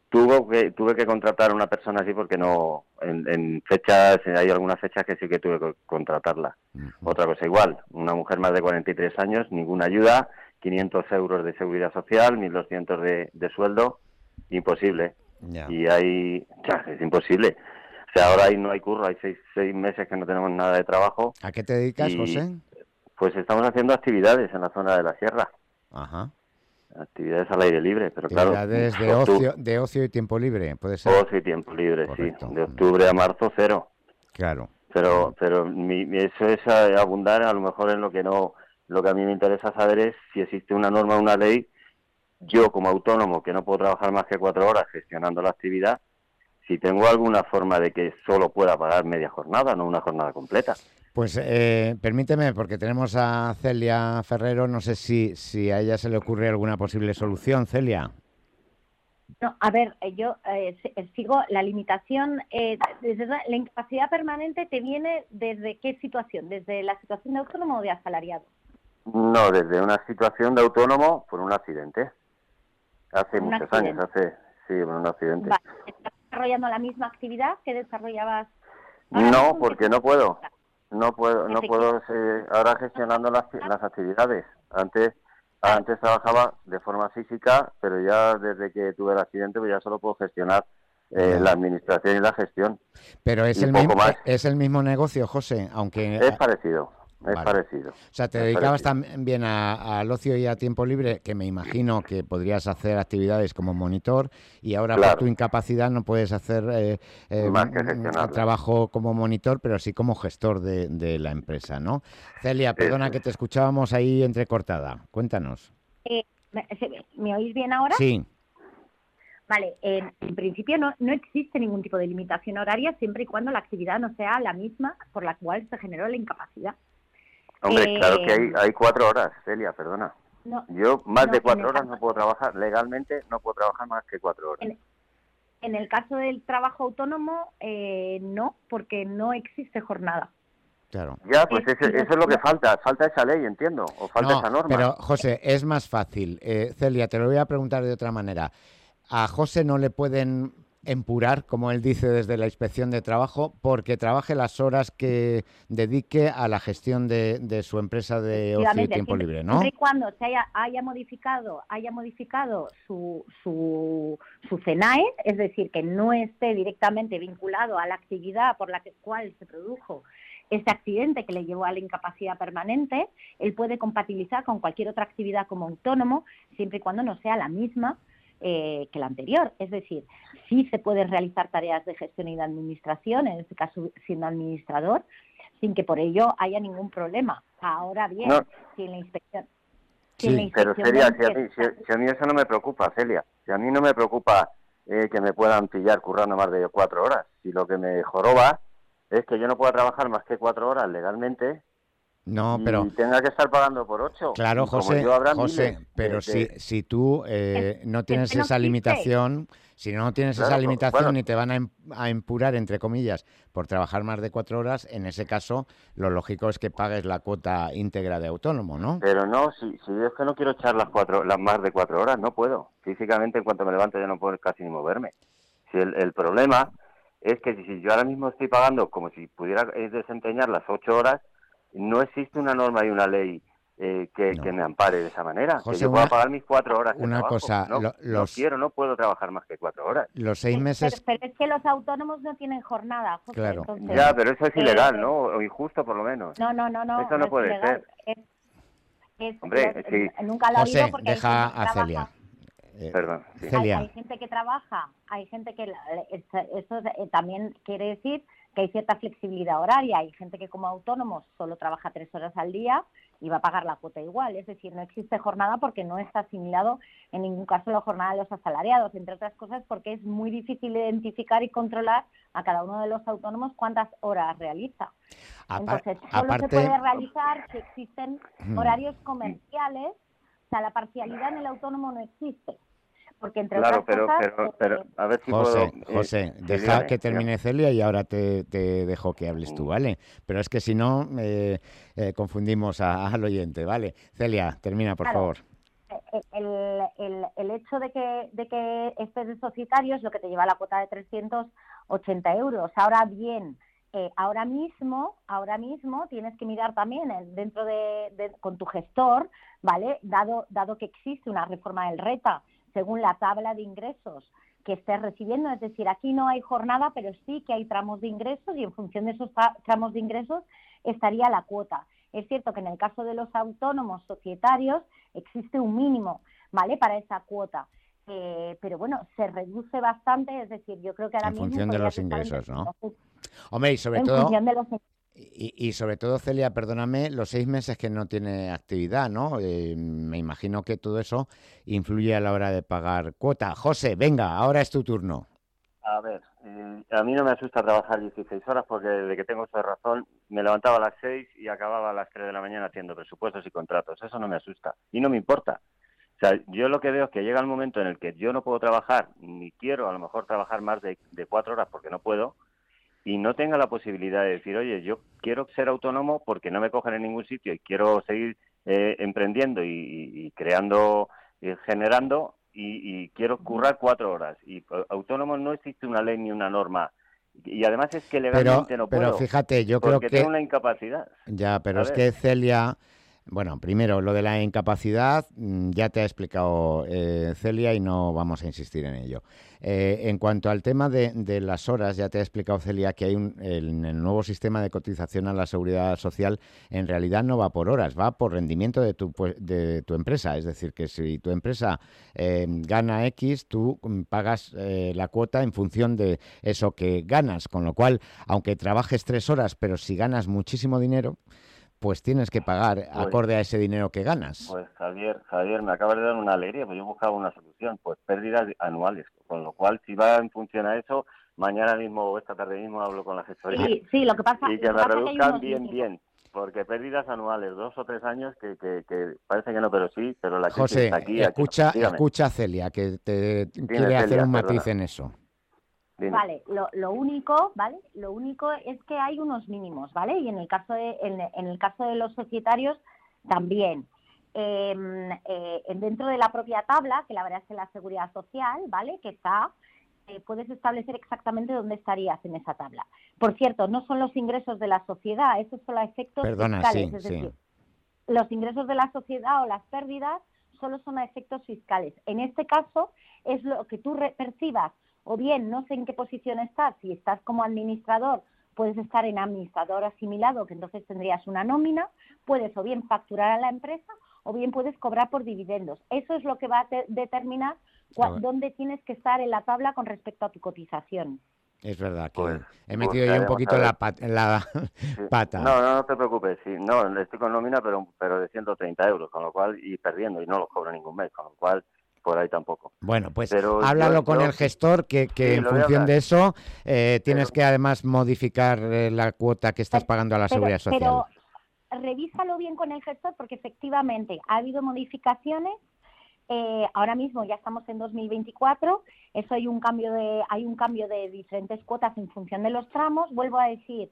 Tuve que contratar a una persona así porque no, en fechas, hay algunas fechas que sí que tuve que contratarla. Otra cosa igual, una mujer más de 43 años, ninguna ayuda, 500 euros de seguridad social, 1.200 de sueldo, imposible. Y ahí, es imposible. O sea, ahora ahí no hay curro, hay 6 meses que no tenemos nada de trabajo. ¿A qué te dedicas, José? Pues estamos haciendo actividades en la zona de la sierra. Ajá. Actividades al aire libre, pero actividades de ocio y tiempo libre, puede ser. Ocio y tiempo libre, correcto. Sí. De octubre a marzo, 0. Claro. Pero eso es abundar, a lo mejor en lo que no. Lo que a mí me interesa saber es si existe una norma, una ley. Yo, como autónomo, que no puedo trabajar más que 4 horas gestionando la actividad, si tengo alguna forma de que solo pueda pagar media jornada, no una jornada completa. Pues permíteme, porque tenemos a Celia Ferrero, no sé si a ella se le ocurre alguna posible solución, Celia. No, a ver, yo sigo la limitación, desde la incapacidad permanente te viene ¿desde qué situación? ¿Desde la situación de autónomo o de asalariado? No, desde una situación de autónomo por un accidente. Hace muchos años, por un accidente. Vale. ¿Estás desarrollando la misma actividad que desarrollabas? No, porque no puedo. No puedo ahora gestionando las actividades. Antes trabajaba de forma física, pero ya desde que tuve el accidente pues ya solo puedo gestionar la administración y la gestión. Pero es el mismo negocio, José, aunque... Es parecido. Es parecido. O sea, te dedicabas también al ocio y a tiempo libre, que me imagino que podrías hacer actividades como monitor, y ahora por tu incapacidad no puedes hacer más que trabajo como monitor, pero sí como gestor de la empresa, ¿no? Celia, perdona que te escuchábamos ahí entrecortada. Cuéntanos. ¿Me oís bien ahora? Sí. Vale, en principio no existe ningún tipo de limitación horaria siempre y cuando la actividad no sea la misma por la cual se generó la incapacidad. Hombre, claro que hay 4 horas, Celia, perdona. Yo más de 4 horas no puedo trabajar, legalmente no puedo trabajar más que 4 horas. En el caso del trabajo autónomo, no, porque no existe jornada. Claro. Ya, pues eso es lo que falta esa ley, entiendo, o falta esa norma. Pero, José, es más fácil. Celia, te lo voy a preguntar de otra manera. A José no le pueden empurar, como él dice desde la Inspección de Trabajo, porque trabaje las horas que dedique a la gestión de su empresa de ocio y tiempo libre, ¿no? Siempre y cuando se haya modificado su CENAE, es decir, que no esté directamente vinculado a la actividad por la cual se produjo este accidente que le llevó a la incapacidad permanente, él puede compatibilizar con cualquier otra actividad como autónomo, siempre y cuando no sea la misma que la anterior. Es decir, sí se pueden realizar tareas de gestión y de administración, en este caso siendo administrador, sin que por ello haya ningún problema. Ahora bien, si en la inspección... pero Celia, si a mí eso no me preocupa, Celia. Si a mí no me preocupa que me puedan pillar currando más de 4 horas. Si lo que me joroba es que yo no pueda trabajar más que 4 horas legalmente... No, pero... Y tenga que estar pagando por 8. Claro, José, pero si tú no tienes esa limitación, si no tienes esa limitación y te van a empurar, entre comillas, por trabajar más de 4 horas, en ese caso lo lógico es que pagues la cuota íntegra de autónomo, ¿no? Pero no, si es que no quiero echar las más de 4 horas, no puedo. Físicamente, en cuanto me levanto, ya no puedo casi ni moverme. Si el problema es que si yo ahora mismo estoy pagando como si pudiera desempeñar las 8 horas, no existe una norma y una ley que me ampare de esa manera. José, que yo pueda pagar mis 4 horas de trabajo. Cosa, no puedo trabajar más que 4 horas. Los 6 meses... Pero es que los autónomos no tienen jornada, José. Claro. Entonces, ya, pero eso es ilegal, ¿no? O injusto, por lo menos. No. Eso no puede ser. Hombre, sí. Nunca lo ha habido José, porque deja a Celia. Perdón. Sí. Celia. Hay gente que trabaja, hay gente que... Eso también quiere decir que hay cierta flexibilidad horaria. Hay gente que como autónomo solo trabaja 3 horas al día y va a pagar la cuota igual. Es decir, no existe jornada porque no está asimilado en ningún caso la jornada de los asalariados, entre otras cosas porque es muy difícil identificar y controlar a cada uno de los autónomos cuántas horas realiza. Entonces, solo se puede realizar si existen horarios comerciales, o sea, la parcialidad en el autónomo no existe. porque entre Claro, otras cosas... pero a ver si José, puedo... José, sí, deja dígame, que termine Celia y ahora te dejo que hables tú, ¿vale? Pero es que si no, confundimos al oyente, ¿vale? Celia, termina, por Claro. favor. El hecho de que estés de societario es lo que te lleva a la cuota de 380 euros. Ahora bien, ahora mismo tienes que mirar también dentro con tu gestor, ¿vale? Dado que existe una reforma del RETA según la tabla de ingresos que estés recibiendo, es decir, aquí no hay jornada, pero sí que hay tramos de ingresos y en función de esos tramos de ingresos estaría la cuota. Es cierto que en el caso de los autónomos societarios existe un mínimo, ¿vale?, para esa cuota. Pero bueno, se reduce bastante, es decir, yo creo que ahora mismo... En función de los ingresos, ¿no? Hombre, y sobre en todo... función de los... Y sobre todo, Celia, perdóname, los 6 meses que no tiene actividad, ¿no? Me imagino que todo eso influye a la hora de pagar cuota. José, venga, ahora es tu turno. A ver, a mí no me asusta trabajar 16 horas porque desde que tengo uso de razón me levantaba a las 6 y acababa a las 3 de la mañana haciendo presupuestos y contratos. Eso no me asusta y no me importa. O sea, yo lo que veo es que llega el momento en el que yo no puedo trabajar, ni quiero a lo mejor trabajar más de 4 horas porque no puedo, y no tenga la posibilidad de decir, oye, yo quiero ser autónomo porque no me cogen en ningún sitio y quiero seguir emprendiendo y creando y generando y quiero currar 4 horas. Y autónomo no existe una ley ni una norma. Y además es que legalmente no puedo. Pero fíjate, yo creo que... Porque tengo una incapacidad. Ya, pero es que Celia... Bueno, primero, lo de la incapacidad ya te ha explicado Celia y no vamos a insistir en ello. En cuanto al tema de las horas, ya te ha explicado Celia que hay en el nuevo sistema de cotización a la Seguridad Social, en realidad no va por horas, va por rendimiento de tu empresa. Es decir, que si tu empresa gana X, tú pagas la cuota en función de eso que ganas. Con lo cual, aunque trabajes 3 horas, pero si ganas muchísimo dinero, pues tienes que pagar acorde a ese dinero que ganas. Pues Javier, me acabas de dar una alegría, pues yo buscaba una solución, pues pérdidas anuales, con lo cual si va en función a eso, mañana mismo o esta tarde mismo hablo con la gestoría. Sí, lo que pasa y que me reduzcan que bien, porque pérdidas anuales, 2 o 3 años que parece que no, pero sí, pero la crisis José, está aquí. escucha a Celia, que te quiere hacer un matiz en eso. Dime. Vale, lo único es que hay unos mínimos, ¿vale? Y en el caso de los societarios también. Dentro de la propia tabla, que la verás en la Seguridad Social, ¿vale?, que está, puedes establecer exactamente dónde estarías en esa tabla. Por cierto, no son los ingresos de la sociedad, esos son los efectos fiscales. Es decir, los ingresos de la sociedad o las pérdidas solo son a efectos fiscales. En este caso, es lo que tú percibas. O bien, no sé en qué posición estás, si estás como administrador, puedes estar en administrador asimilado, que entonces tendrías una nómina, puedes o bien facturar a la empresa o bien puedes cobrar por dividendos. Eso es lo que va a determinar dónde tienes que estar en la tabla con respecto a tu cotización. Es verdad que he metido yo un poquito la pata. No te preocupes, sí, no, estoy con nómina, pero de 130 euros, con lo cual, y perdiendo, y no los cobro ningún mes, con lo cual... por ahí tampoco. Pero pues háblalo con el gestor que en función de eso tienes que además modificar la cuota que estás pagando a la Seguridad Social. Pero revísalo bien con el gestor porque efectivamente ha habido modificaciones. Ahora mismo ya estamos en 2024, eso hay un cambio de diferentes cuotas en función de los tramos. Vuelvo a decir,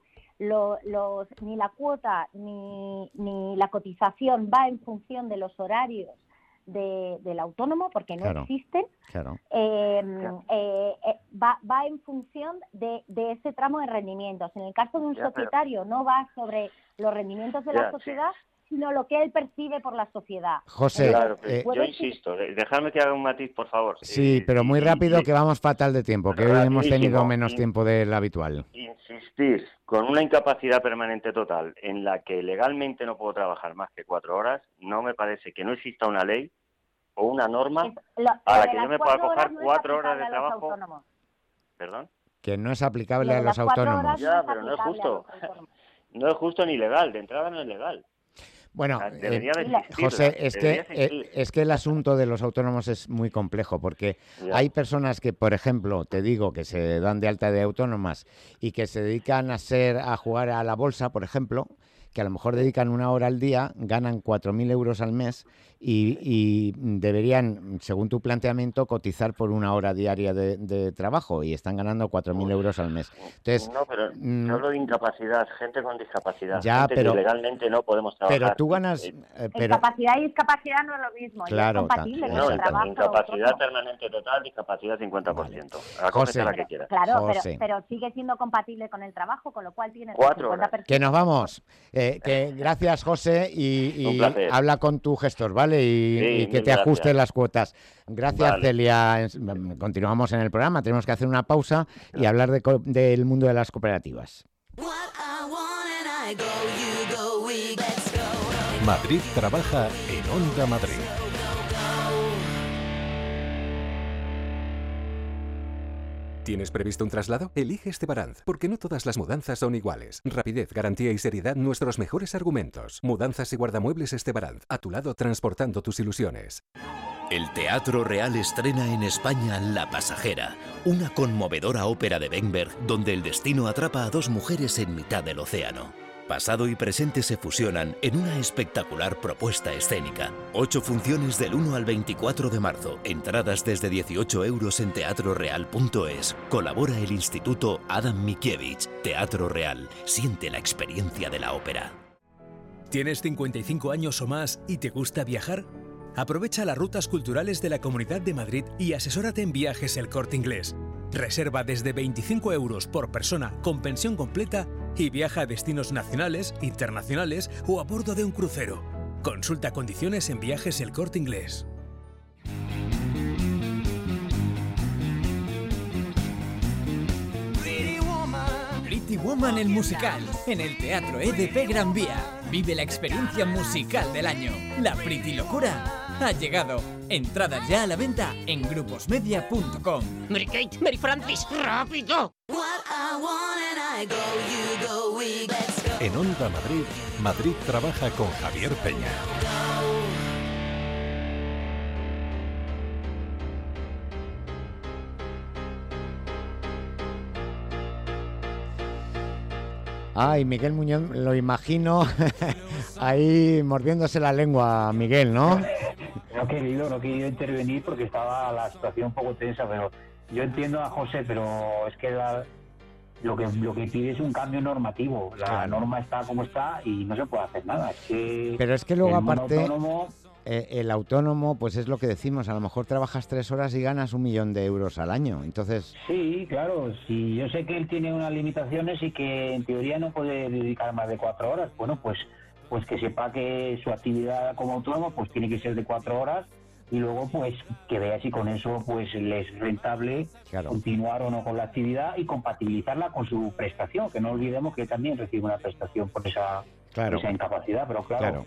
ni la cuota ni la cotización va en función de los horarios del autónomo, porque no existen. Claro. Va en función de ese tramo de rendimientos. En el caso de un societario no va sobre los rendimientos de la sociedad, sino lo que él percibe por la sociedad. José, yo insisto, dejadme que haga un matiz, por favor. Sí, pero muy rápido, que vamos fatal de tiempo, que hoy hemos tenido menos tiempo del habitual. Insistir con una incapacidad permanente total en la que legalmente no puedo trabajar más que 4 horas, no me parece que no exista una ley o una norma a la que yo me pueda coger 4 horas de trabajo. ¿Perdón? Que no es aplicable a los autónomos. Ya, pero no es justo. No es justo ni legal, de entrada no es legal. Bueno, José, es que el asunto de los autónomos es muy complejo porque hay personas que, por ejemplo, te digo, que se dan de alta de autónomas y que se dedican a jugar a la bolsa, por ejemplo, que a lo mejor dedican 1 hora al día, ganan 4.000 euros al mes y deberían, según tu planteamiento, cotizar por una hora diaria de trabajo y están ganando 4.000 euros al mes. Entonces, No, pero yo hablo de incapacidad, gente con discapacidad, ya, gente pero que legalmente no podemos trabajar. Pero tú ganas... pero, Incapacidad y discapacidad no es lo mismo. Claro, es compatible con No, el trabajo. incapacidad permanente total, discapacidad 50%. Acógete la que quieras. Claro, José. pero sigue siendo compatible con el trabajo, con lo cual tienes 4 el 50%. que nos vamos. Que gracias, José, y Un placer. habla con tu gestor, ¿vale? Y que mil te ajuste gracias. las cuotas. Gracias, Vale. Celia. Continuamos en el programa. Tenemos que hacer una pausa y hablar del mundo de las cooperativas. Madrid trabaja en Onda Madrid. ¿Tienes previsto un traslado? Elige Estebaranz, porque no todas las mudanzas son iguales. Rapidez, garantía y seriedad, nuestros mejores argumentos. Mudanzas y guardamuebles Estebaranz, a tu lado transportando tus ilusiones. El Teatro Real estrena en España La Pasajera, una conmovedora ópera de Wengberg donde el destino atrapa a dos mujeres en mitad del océano. Pasado y presente se fusionan en una espectacular propuesta escénica. 8 funciones del 1 al 24 de marzo. Entradas desde 18 euros en teatroreal.es. Colabora el Instituto Adam Mickiewicz. Teatro Real. Siente la experiencia de la ópera. ¿Tienes 55 años o más y te gusta viajar? Aprovecha las rutas culturales de la Comunidad de Madrid y asesórate en Viajes El Corte Inglés. Reserva desde 25 euros por persona con pensión completa y viaja a destinos nacionales, internacionales o a bordo de un crucero. Consulta condiciones en Viajes El Corte Inglés. Pretty Woman el musical, en el Teatro EDP Gran Vía. Vive la experiencia musical del año. La Pretty Locura ha llegado. Entradas ya a la venta en gruposmedia.com. Mary Kate, Mary Francis, rápido. En Onda Madrid, Madrid trabaja con Javier Peña. Ay, Miguel Muñoz, lo imagino ahí mordiéndose la lengua, Miguel, ¿no? No he querido intervenir porque estaba la situación un poco tensa, pero yo entiendo a José, pero es que lo que pide es un cambio normativo. La norma está como está y no se puede hacer nada. Pero es que luego, el mundo aparte, autónomo, el autónomo, pues es lo que decimos, a lo mejor trabajas 3 horas y ganas 1 millón de euros al año. Entonces, sí, claro, sí, yo sé que él tiene unas limitaciones y que en teoría no puede dedicar más de 4 horas. Bueno, pues que sepa que su actividad como autónomo pues tiene que ser de 4 horas y luego pues que vea si con eso pues le es rentable continuar o no con la actividad y compatibilizarla con su prestación, que no olvidemos que también recibe una prestación por esa incapacidad, pero claro.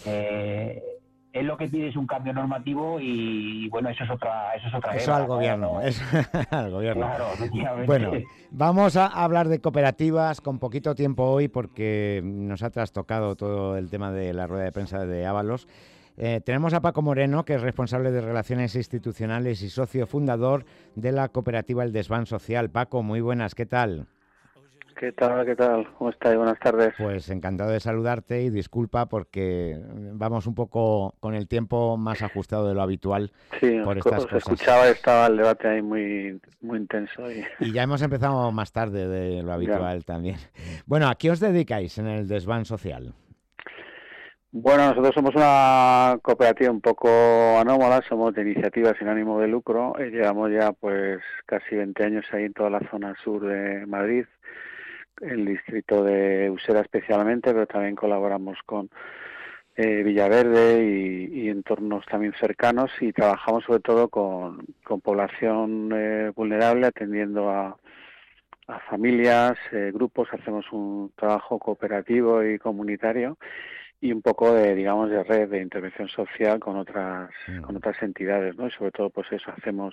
Él lo que pide es un cambio normativo y bueno, eso es otra eso al gobierno, es al gobierno. Claro, efectivamente. Bueno, vamos a hablar de cooperativas con poquito tiempo hoy porque nos ha trastocado todo el tema de la rueda de prensa de Ábalos. Tenemos a Paco Moreno, que es responsable de Relaciones Institucionales y socio fundador de la cooperativa El Desván Social. Paco, muy buenas, ¿qué tal? ¿Qué tal? ¿Cómo estáis? Buenas tardes. Pues encantado de saludarte y disculpa porque vamos un poco con el tiempo más ajustado de lo habitual por estas cosas. Escuchaba, estaba el debate ahí muy intenso. Y ya hemos empezado más tarde de lo habitual también. Bueno, ¿a qué os dedicáis en el Desván Social? Bueno, nosotros somos una cooperativa un poco anómala, somos de iniciativa sin ánimo de lucro y llevamos ya pues casi 20 años ahí en toda la zona sur de Madrid, el distrito de Usera especialmente, pero también colaboramos con Villaverde y entornos también cercanos y trabajamos sobre todo con población vulnerable, atendiendo a familias, grupos, hacemos un trabajo cooperativo y comunitario y un poco de, digamos, de red de intervención social con otras entidades, ¿no? Y sobre todo, pues eso, hacemos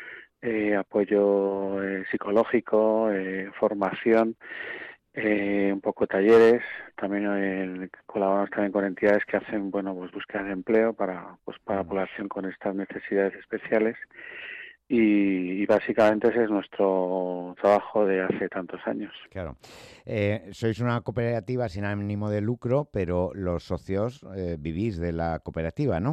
apoyo psicológico, formación, un poco talleres, también colaboramos también con entidades que hacen, bueno, pues búsqueda de empleo para población con estas necesidades especiales y básicamente ese es nuestro trabajo de hace tantos años. Claro. Sois una cooperativa sin ánimo de lucro, pero los socios vivís de la cooperativa, ¿no?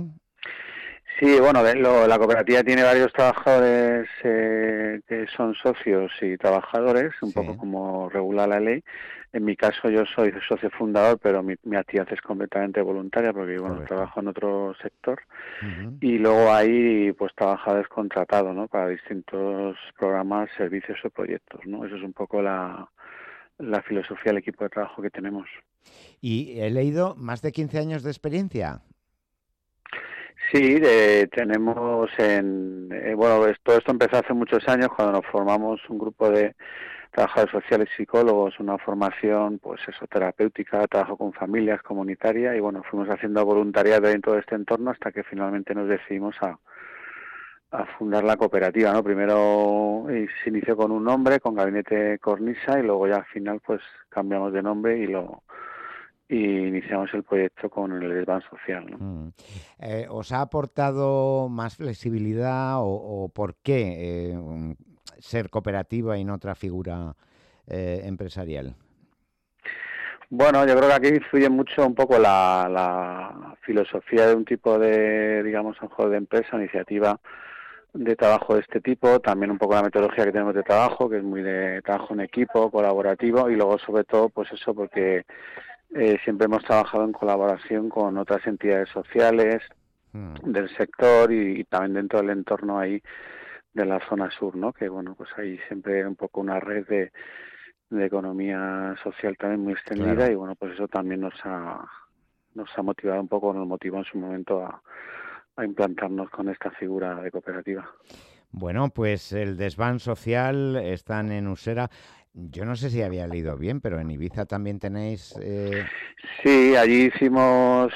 Sí, bueno, la cooperativa tiene varios trabajadores que son socios y trabajadores, un poco como regula la ley. En mi caso yo soy socio fundador, pero mi actividad es completamente voluntaria porque bueno, trabajo en otro sector. Y luego hay pues trabajadores contratados, ¿no? Para distintos programas, servicios o proyectos, ¿no? Eso es un poco la filosofía del equipo de trabajo que tenemos. Y he leído más de 15 años de experiencia. Sí, tenemos todo esto empezó hace muchos años cuando nos formamos un grupo de trabajadores sociales, psicólogos, una formación pues eso, terapéutica, trabajo con familias, comunitaria, y bueno, fuimos haciendo voluntariado en todo este entorno hasta que finalmente nos decidimos a fundar la cooperativa, ¿no? Primero se inició con un nombre, con Gabinete Cornisa, y luego ya al final pues cambiamos de nombre y iniciamos el proyecto con el desván social, ¿no? ¿Os ha aportado más flexibilidad o por qué ser cooperativa y no otra figura empresarial? Bueno, yo creo que aquí influye mucho un poco la filosofía de un tipo de, digamos, a lo mejor de empresa, iniciativa de trabajo de este tipo, también un poco la metodología que tenemos de trabajo, que es muy de trabajo en equipo, colaborativo, y luego sobre todo pues eso porque siempre hemos trabajado en colaboración con otras entidades sociales del sector y también dentro del entorno ahí de la zona sur, ¿no? Que bueno, pues ahí siempre un poco una red de economía social también muy extendida. Claro. Y bueno, pues eso también nos ha motivado un poco, nos motivó en su momento a implantarnos con esta figura de cooperativa. Bueno, pues el desván social están en Usera. Yo no sé si había leído bien, pero en Ibiza también tenéis... Sí, allí hicimos,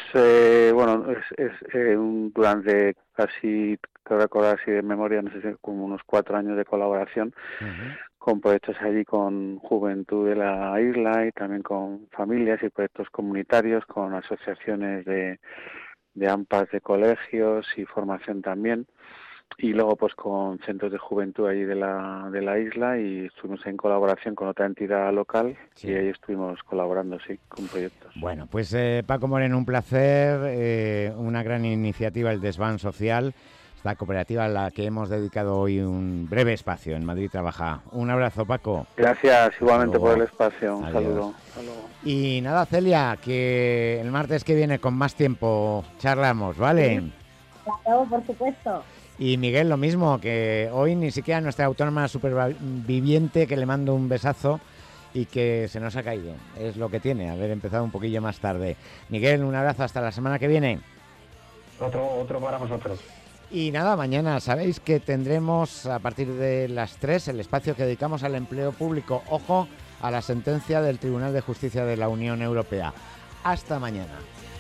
durante casi, creo recordar así de memoria, no sé si como unos 4 años de colaboración con proyectos allí con juventud de la isla y también con familias y proyectos comunitarios, con asociaciones de AMPAs de colegios y formación también. Y luego pues con centros de juventud allí de la isla, y estuvimos en colaboración con otra entidad local y ahí estuvimos colaborando, sí, con proyectos. Bueno, pues Paco Moreno, un placer, una gran iniciativa, el desván social, esta cooperativa a la que hemos dedicado hoy un breve espacio en Madrid Trabaja. Un abrazo, Paco. Gracias igualmente por el espacio, un saludo. Hasta luego. Y nada, Celia, que el martes que viene con más tiempo charlamos, ¿vale? Sí, claro, por supuesto. Y Miguel, lo mismo, que hoy ni siquiera nuestra autónoma superviviente, que le mando un besazo y que se nos ha caído. Es lo que tiene, haber empezado un poquillo más tarde. Miguel, un abrazo, hasta la semana que viene. Otro para vosotros. Y nada, mañana sabéis que tendremos a partir de las 3 el espacio que dedicamos al empleo público. Ojo a la sentencia del Tribunal de Justicia de la Unión Europea. Hasta mañana.